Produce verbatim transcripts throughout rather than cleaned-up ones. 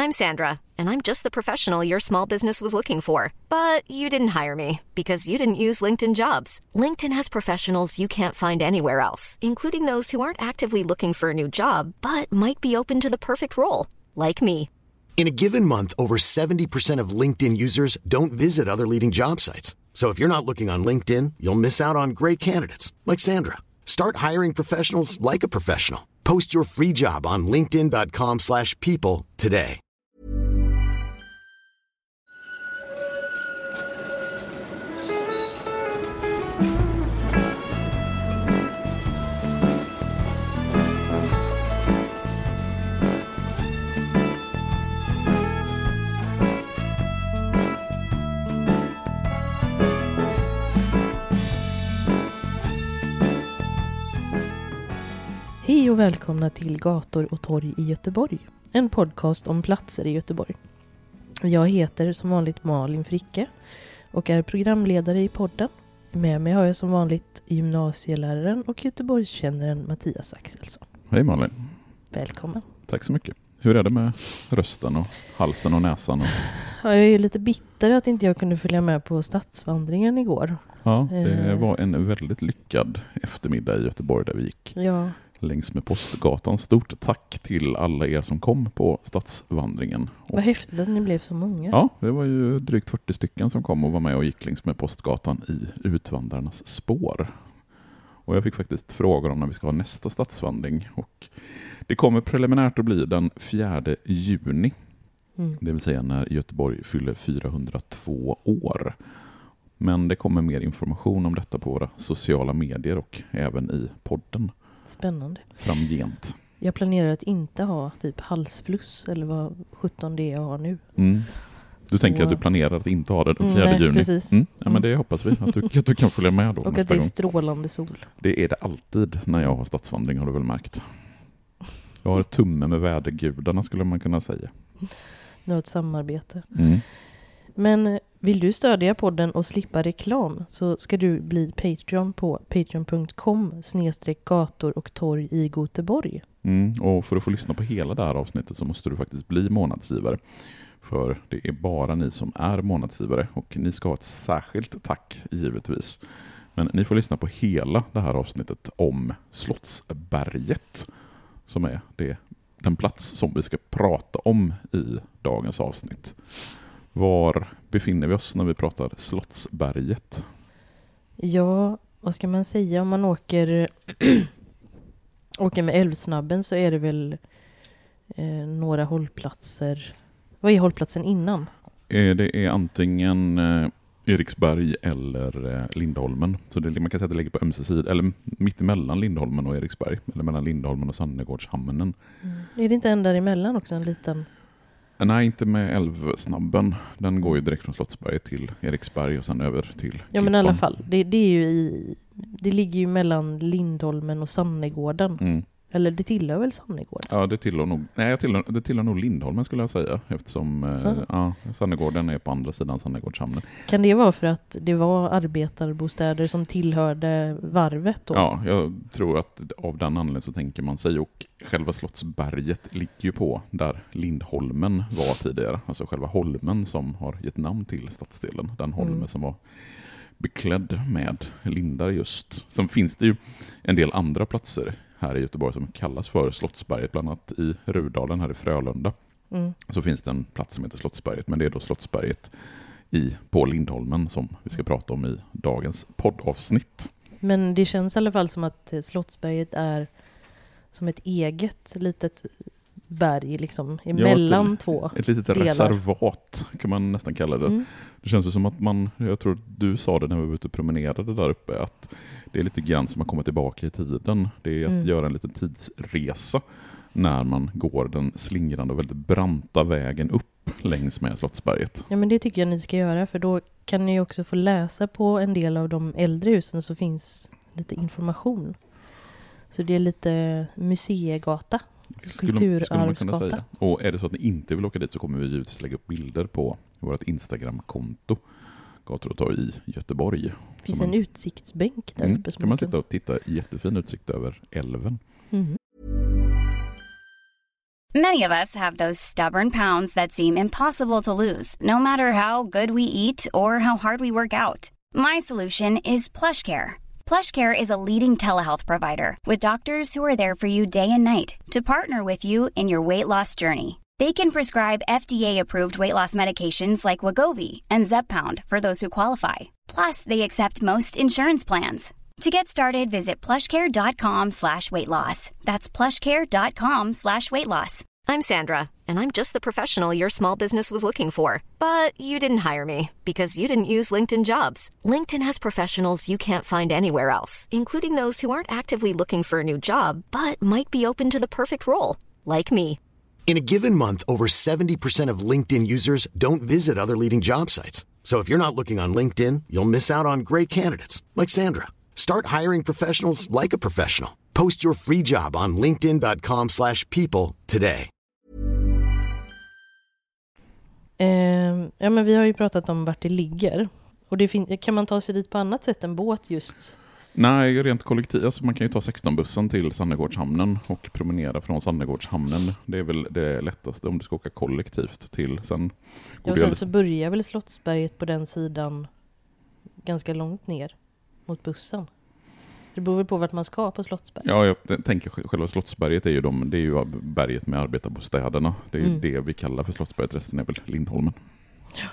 I'm Sandra, and I'm just the professional your small business was looking for. But you didn't hire me because you didn't use LinkedIn Jobs. LinkedIn has professionals you can't find anywhere else, including those who aren't actively looking for a new job, but might be open to the perfect role, like me. In a given month, over seventy percent of LinkedIn users don't visit other leading job sites. So if you're not looking on LinkedIn, you'll miss out on great candidates like Sandra. Start hiring professionals like a professional. Post your free job on linkedin dot com slash people today. Hej och välkomna till Gator och torg i Göteborg. En podcast om platser i Göteborg. Jag heter som vanligt Malin Fricke och är programledare i podden. Med mig har jag som vanligt gymnasieläraren och Göteborgskännaren Mattias Axelsson. Hej Malin. Välkommen. Tack så mycket. Hur är det med rösten och halsen och näsan? Och... Ja, jag är lite bitter att inte jag kunde följa med på stadsvandringen igår. Ja, det var en väldigt lyckad eftermiddag i Göteborg där vi gick. Ja. Längs med Postgatan. Stort tack till alla er som kom på stadsvandringen. Och, vad häftigt att ni blev så många. Ja, det var ju drygt fyrtio stycken som kom och var med och gick längs med Postgatan i Utvandrarnas spår. Och jag fick faktiskt frågor om när vi ska ha nästa stadsvandring. Och det kommer preliminärt att bli den fjärde juni. Mm. Det vill säga när Göteborg fyller fyrahundratvå år. Men det kommer mer information om detta på våra sociala medier och även i podden. Spännande. Framgent. Jag planerar att inte ha typ halsfluss eller vad sjutton det jag har nu. Mm. Du Så... tänker att du planerar att inte ha det den fjärde Nej, juni. Precis. Mm. Ja, men det hoppas vi att du, att du kan följa med då. Och att det är strålande sol. Det är det alltid när jag har stadsvandring, har du väl märkt. Jag har ett tumme med vädergudarna skulle man kunna säga. Nu har ett samarbete. Mm. Men vill du stödja podden och slippa reklam så ska du bli Patreon på patreon punkt com snedstreck gator och torg i Göteborg. Mm, och för att få lyssna på hela det här avsnittet så måste du faktiskt bli månadsgivare. För det är bara ni som är månadsgivare och ni ska ha ett särskilt tack givetvis. Men ni får lyssna på hela det här avsnittet om Slottsberget som är det, den plats som vi ska prata om i dagens avsnitt. Var befinner vi oss när vi pratar Slottsberget? Ja, vad ska man säga? Om man åker, åker med Älvsnabben så är det väl eh, några hållplatser. Vad är hållplatsen innan? Eh, det är antingen eh, Eriksberg eller eh, Lindholmen. Så det, man kan säga att det ligger på ömse sida, eller mitt emellan Lindholmen och Eriksberg. Eller mellan Lindholmen och Sannegårdshamnen. Mm. Är det inte en däremellan också, en liten... Nej, inte med Älvsnabben. Den går ju direkt från Slottsberg till Eriksberg och sen över till Ja, Klippan. men i alla fall. Det, det är ju i... Det ligger ju mellan Lindholmen och Sannegården. Mm. Eller det tillhör väl Sannegården? Ja, det tillhör nog... Nej, jag tillhör, det tillhör nog Lindholmen skulle jag säga. Eftersom eh, ja, Sannegården är på andra sidan Sannegårdshamnen. Kan det vara för att det var arbetarbostäder som tillhörde varvet då? Ja, jag tror att av den anledningen så tänker man sig. Och själva Slottsberget ligger ju på där Lindholmen var tidigare. Alltså själva holmen som har gett namn till stadsdelen. Den holmen mm. som var beklädd med lindar just. Sen finns det ju en del andra platser här i Göteborg som kallas för Slottsberget, bland annat i Rudalen här i Frölunda. Mm. Så finns det en plats som heter Slottsberget, men det är då Slottsberget i, på Lindholmen som vi ska prata om i dagens poddavsnitt. Men det känns i alla fall som att Slottsberget är som ett eget litet berg liksom, emellan ja, ett, två Ett litet delar. Reservat kan man nästan kalla det. Mm. Det känns ju som att man, jag tror du sa det när vi var ute och promenerade där uppe, att det är lite grann som att komma tillbaka i tiden. Det är att mm. göra en liten tidsresa när man går den slingrande och väldigt branta vägen upp längs med Slottsberget. Ja, men det tycker jag ni ska göra, för då kan ni också få läsa på en del av de äldre husen så finns lite information. Så det är lite museigata. Kulturarvsgata. Och är det så att ni inte vill åka dit så kommer vi givetvis lägga upp bilder på vårt Instagram-konto Gator och torg i Göteborg. Det finns en man, utsiktsbänk där mm, uppe. Kan man, man sitta och titta, jättefin utsikt över älven. Mm. Many of us have those stubborn pounds that seem impossible to lose, no matter how good we eat or how hard we work out. My solution is PlushCare. PlushCare is a leading telehealth provider with doctors who are there for you day and night to partner with you in your weight loss journey. They can prescribe F D A-approved weight loss medications like Wegovy and Zepbound for those who qualify. Plus, they accept most insurance plans. To get started, visit plushcare.com slash weight loss. That's plushcare.com slash weight loss. I'm Sandra, and I'm just the professional your small business was looking for. But you didn't hire me because you didn't use LinkedIn Jobs. LinkedIn has professionals you can't find anywhere else, including those who aren't actively looking for a new job, but might be open to the perfect role, like me. In a given month, over seventy percent of LinkedIn users don't visit other leading job sites. So if you're not looking on LinkedIn, you'll miss out on great candidates like Sandra. Start hiring professionals like a professional. Post your free job on linkedin dot com slash people today. Eh, ja, men vi har ju pratat om vart det ligger. Och det fin- kan man ta sig dit på annat sätt än båt just? Nej, rent kollektivt. Alltså man kan ju ta sexton-bussen till Sannegårdshamnen och promenera från Sannegårdshamnen. Det är väl det lättaste om du ska åka kollektivt till. Sen, ja, och sen så börjar väl Slottsberget på den sidan ganska långt ner mot bussen. Det beror väl på vart man ska på Slottsberget. Ja, jag tänker själva Slottsberget är ju, de, det är ju berget med arbetarbostäderna. Det är ju mm. det vi kallar för Slottsberget. Resten är väl Lindholmen. Ja.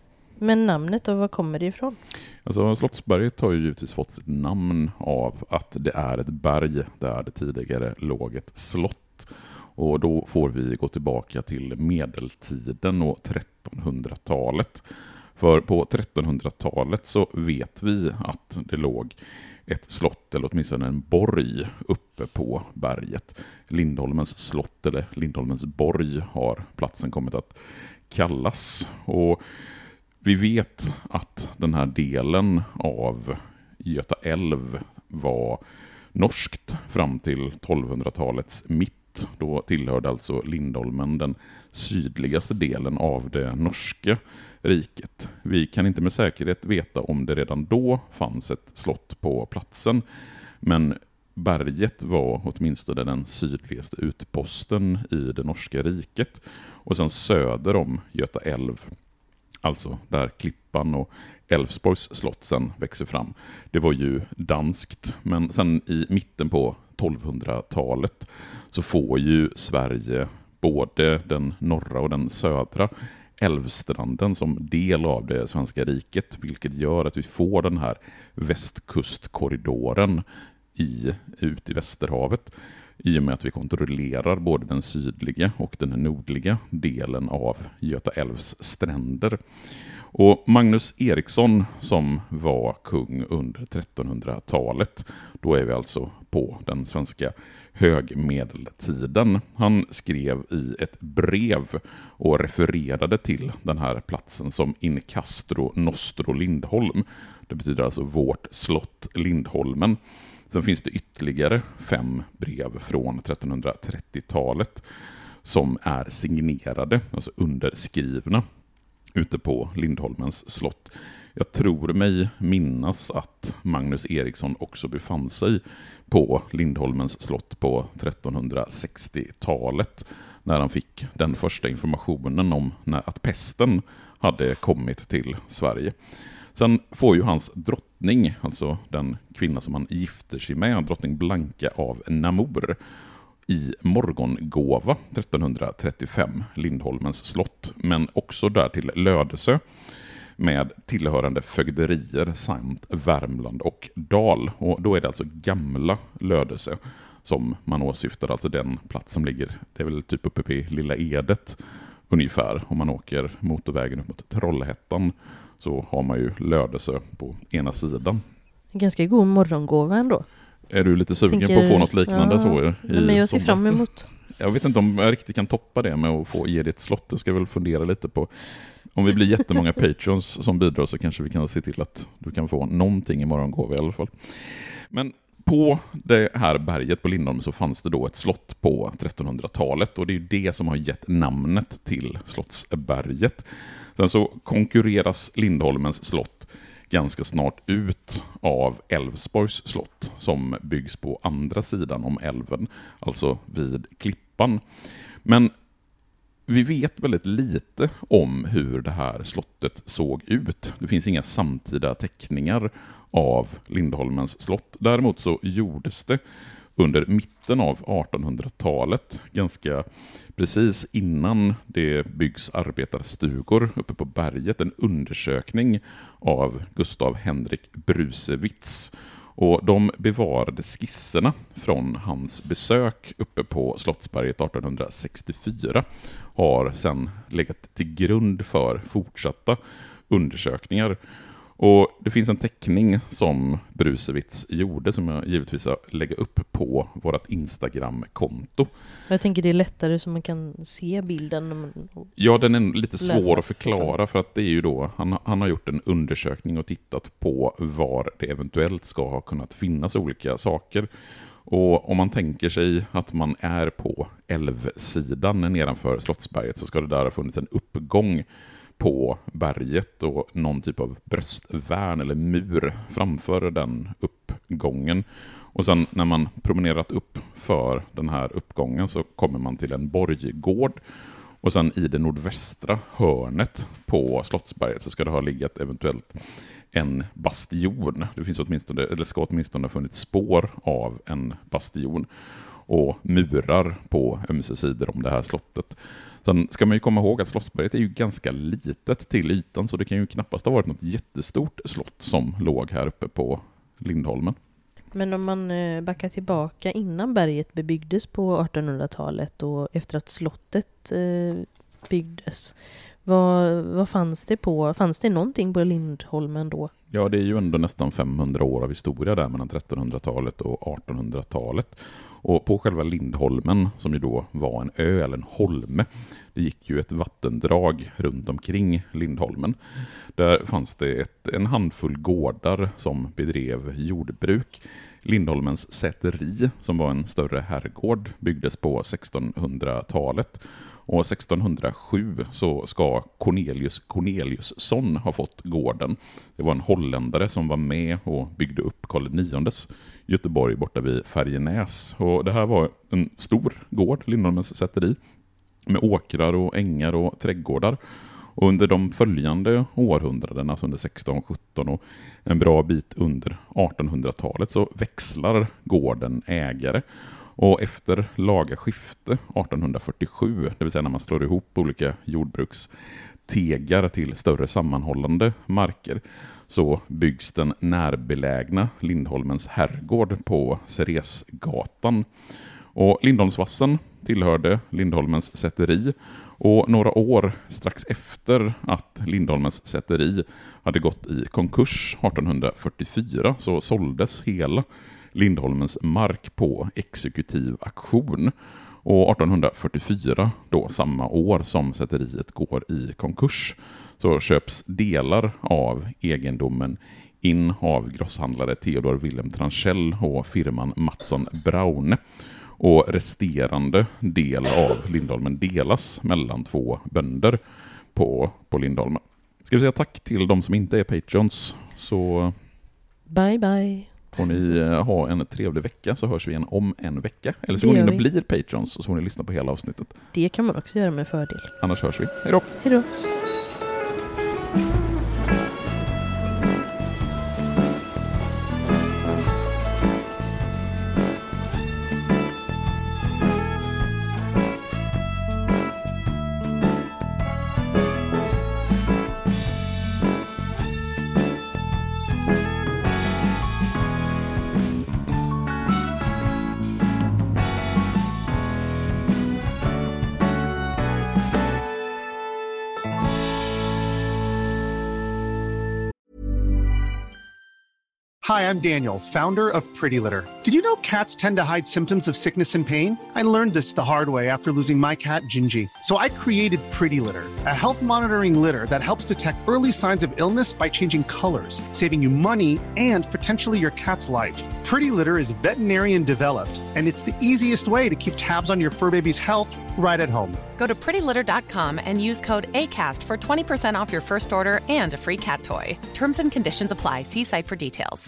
Men namnet då, var kommer det ifrån? Alltså Slottsberget har ju givetvis fått sitt namn av att det är ett berg där det tidigare låg ett slott. Och då får vi gå tillbaka till medeltiden och trettonhundratalet. För på trettonhundratalet så vet vi att det låg ett slott, eller åtminstone en borg, uppe på berget. Lindholmens slott, eller Lindholmens borg, har platsen kommit att kallas. Och vi vet att den här delen av Göta älv var norskt fram till tolvhundratalets mitt. Då tillhörde alltså Lindholmen den sydligaste delen av det norska riket. Vi kan inte med säkerhet veta om det redan då fanns ett slott på platsen, men berget var åtminstone den sydligaste utposten i det norska riket. Och sen söder om Göta älv, alltså där Klippan och Älvsborgs slott sen växer fram, det var ju danskt. Men sen i mitten på tolvhundratalet så får ju Sverige både den norra och den södra älvstranden som del av det svenska riket, vilket gör att vi får den här västkustkorridoren i, ut i Västerhavet, i och med att vi kontrollerar både den sydliga och den nordliga delen av Göta älvs stränder. Och Magnus Eriksson, som var kung under trettonhundratalet, då är vi alltså på den svenska högmedeltiden. Han skrev i ett brev och refererade till den här platsen som In Castro Nostro Lindholm. Det betyder alltså vårt slott Lindholmen. Sen finns det ytterligare fem brev från trettonhundratrettiotalet som är signerade, alltså underskrivna, ute på Lindholmens slott. Jag tror mig minnas att Magnus Eriksson också befann sig på Lindholmens slott på trettonhundrasextiotalet när han fick den första informationen om när att pesten hade kommit till Sverige. Sen får ju hans drottning, alltså den kvinna som han gifter sig med, drottning Blanka av Namur, i morgongåva trettonhundratrettiofem Lindholmens slott, men också där till Lödöse med tillhörande fögderier samt Värmland och Dal. Och då är det alltså gamla Lödöse som man åsyftar, alltså den plats som ligger, det är väl typ uppe på Lilla Edet ungefär. Om man åker motorvägen upp mot Trollhättan så har man ju Lödöse på ena sidan. Ganska god morgongåva ändå. Är du lite sugen Tänker, på att få något liknande? Ja, så i, men jag ser som, fram emot. Jag vet inte om jag riktigt kan toppa det med att få ge ditt slott. Jag ska väl fundera lite på. Om vi blir jättemånga patrons som bidrar så kanske vi kan se till att du kan få någonting i morgongåva i alla fall. Men på det här berget på Lindholm så fanns det då ett slott på trettonhundratalet, och det är det som har gett namnet till Slottsberget. Sen så konkurreras Lindholmens slott ganska snart ut av Älvsborgs slott som byggs på andra sidan om älven, alltså vid Klippan. Men vi vet väldigt lite om hur det här slottet såg ut. Det finns inga samtida teckningar av Lindholmens slott. Däremot så gjordes det under mitten av artonhundratalet, ganska precis innan det byggs arbetarstugor uppe på berget, en undersökning av Gustav Henrik Brusewitz. Och de bevarade skisserna från hans besök uppe på Slottsberget artonhundrasextiofyra har sedan legat till grund för fortsatta undersökningar. Och det finns en teckning som Brusewitz gjorde som jag givetvis ska lägga upp på vårt Instagram-konto. Jag tänker det är lättare så man kan se bilden. Ja, den är lite svår att förklara för att det är ju då, han, han har gjort en undersökning och tittat på var det eventuellt ska ha kunnat finnas olika saker. Och om man tänker sig att man är på älvsidan nedanför Slottsberget så ska det där ha funnits en uppgång på berget och någon typ av bröstvärn eller mur framför den uppgången. Och sen när man promenerat upp för den här uppgången så kommer man till en borggård. Och sen i det nordvästra hörnet på Slottsberget så ska det ha legat eventuellt en bastion. Det finns åtminstone, eller ska åtminstone ha funnits spår av en bastion och murar på ömse sidor om det här slottet. Sen ska man ju komma ihåg att Slottsberget är ju ganska litet till ytan så det kan ju knappast ha varit något jättestort slott som låg här uppe på Lindholmen. Men om man backar tillbaka innan berget bebyggdes på artonhundratalet och efter att slottet byggdes, vad, vad fanns det på? Fanns det någonting på Lindholmen då? Ja, det är ju ändå nästan femhundra år av historia där mellan trettonhundratalet och artonhundratalet. Och på själva Lindholmen, som ju då var en ö eller en holme, det gick ju ett vattendrag runt omkring Lindholmen. Där fanns det ett, en handfull gårdar som bedrev jordbruk. Lindholmens säteri, som var en större herrgård, byggdes på sextonhundratalet. Och sextonhundrasju så ska Cornelius Corneliusson ha fått gården. Det var en holländare som var med och byggde upp Karl niondes Göteborg borta vid Färjenäs. Och det här var en stor gård, Lindholmens säteri, med åkrar och ängar och trädgårdar. Och under de följande århundradena, alltså under sexton sjutton och en bra bit under artonhundratalet, så växlar gården ägare. Och efter lagaskifte artonhundrafyrtiosju, det vill säga när man slår ihop olika jordbrukstegar till större sammanhållande marker, så byggs den närbelägna Lindholmens herrgård på Ceresgatan. Och Lindholmsvassen tillhörde Lindholmens säteri, och några år strax efter att Lindholmens säteri hade gått i konkurs artonhundrafyrtiofyra så såldes hela Lindholmens mark på exekutiv auktion. Och artonhundrafyrtiofyra, då samma år som säteriet går i konkurs, så köps delar av egendomen in av grosshandlare Theodor Wilhelm Tranchell och firman Mattsson Braune. Och resterande del av Lindholmen delas mellan två bönder på, på Lindholmen. Ska vi säga tack till de som inte är patrons, så bye bye. Får ni ha en trevlig vecka, så hörs vi igen om en vecka. Eller så går ni in och blir patrons och så får ni lyssna på hela avsnittet. Det kan man också göra med fördel. Annars hörs vi. Hej då! Hej då! Hi, I'm Daniel, founder of Pretty Litter. Did you know cats tend to hide symptoms of sickness and pain? I learned this the hard way after losing my cat, Gingy. So I created Pretty Litter, a health monitoring litter that helps detect early signs of illness by changing colors, saving you money and potentially your cat's life. Pretty Litter is veterinarian developed, and it's the easiest way to keep tabs on your fur baby's health right at home. Go to pretty litter dot com and use code ACAST for twenty percent off your first order and a free cat toy. Terms and conditions apply. See site for details.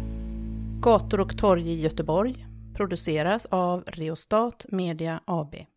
Gator och torg i Göteborg produceras av Reostat Media A B.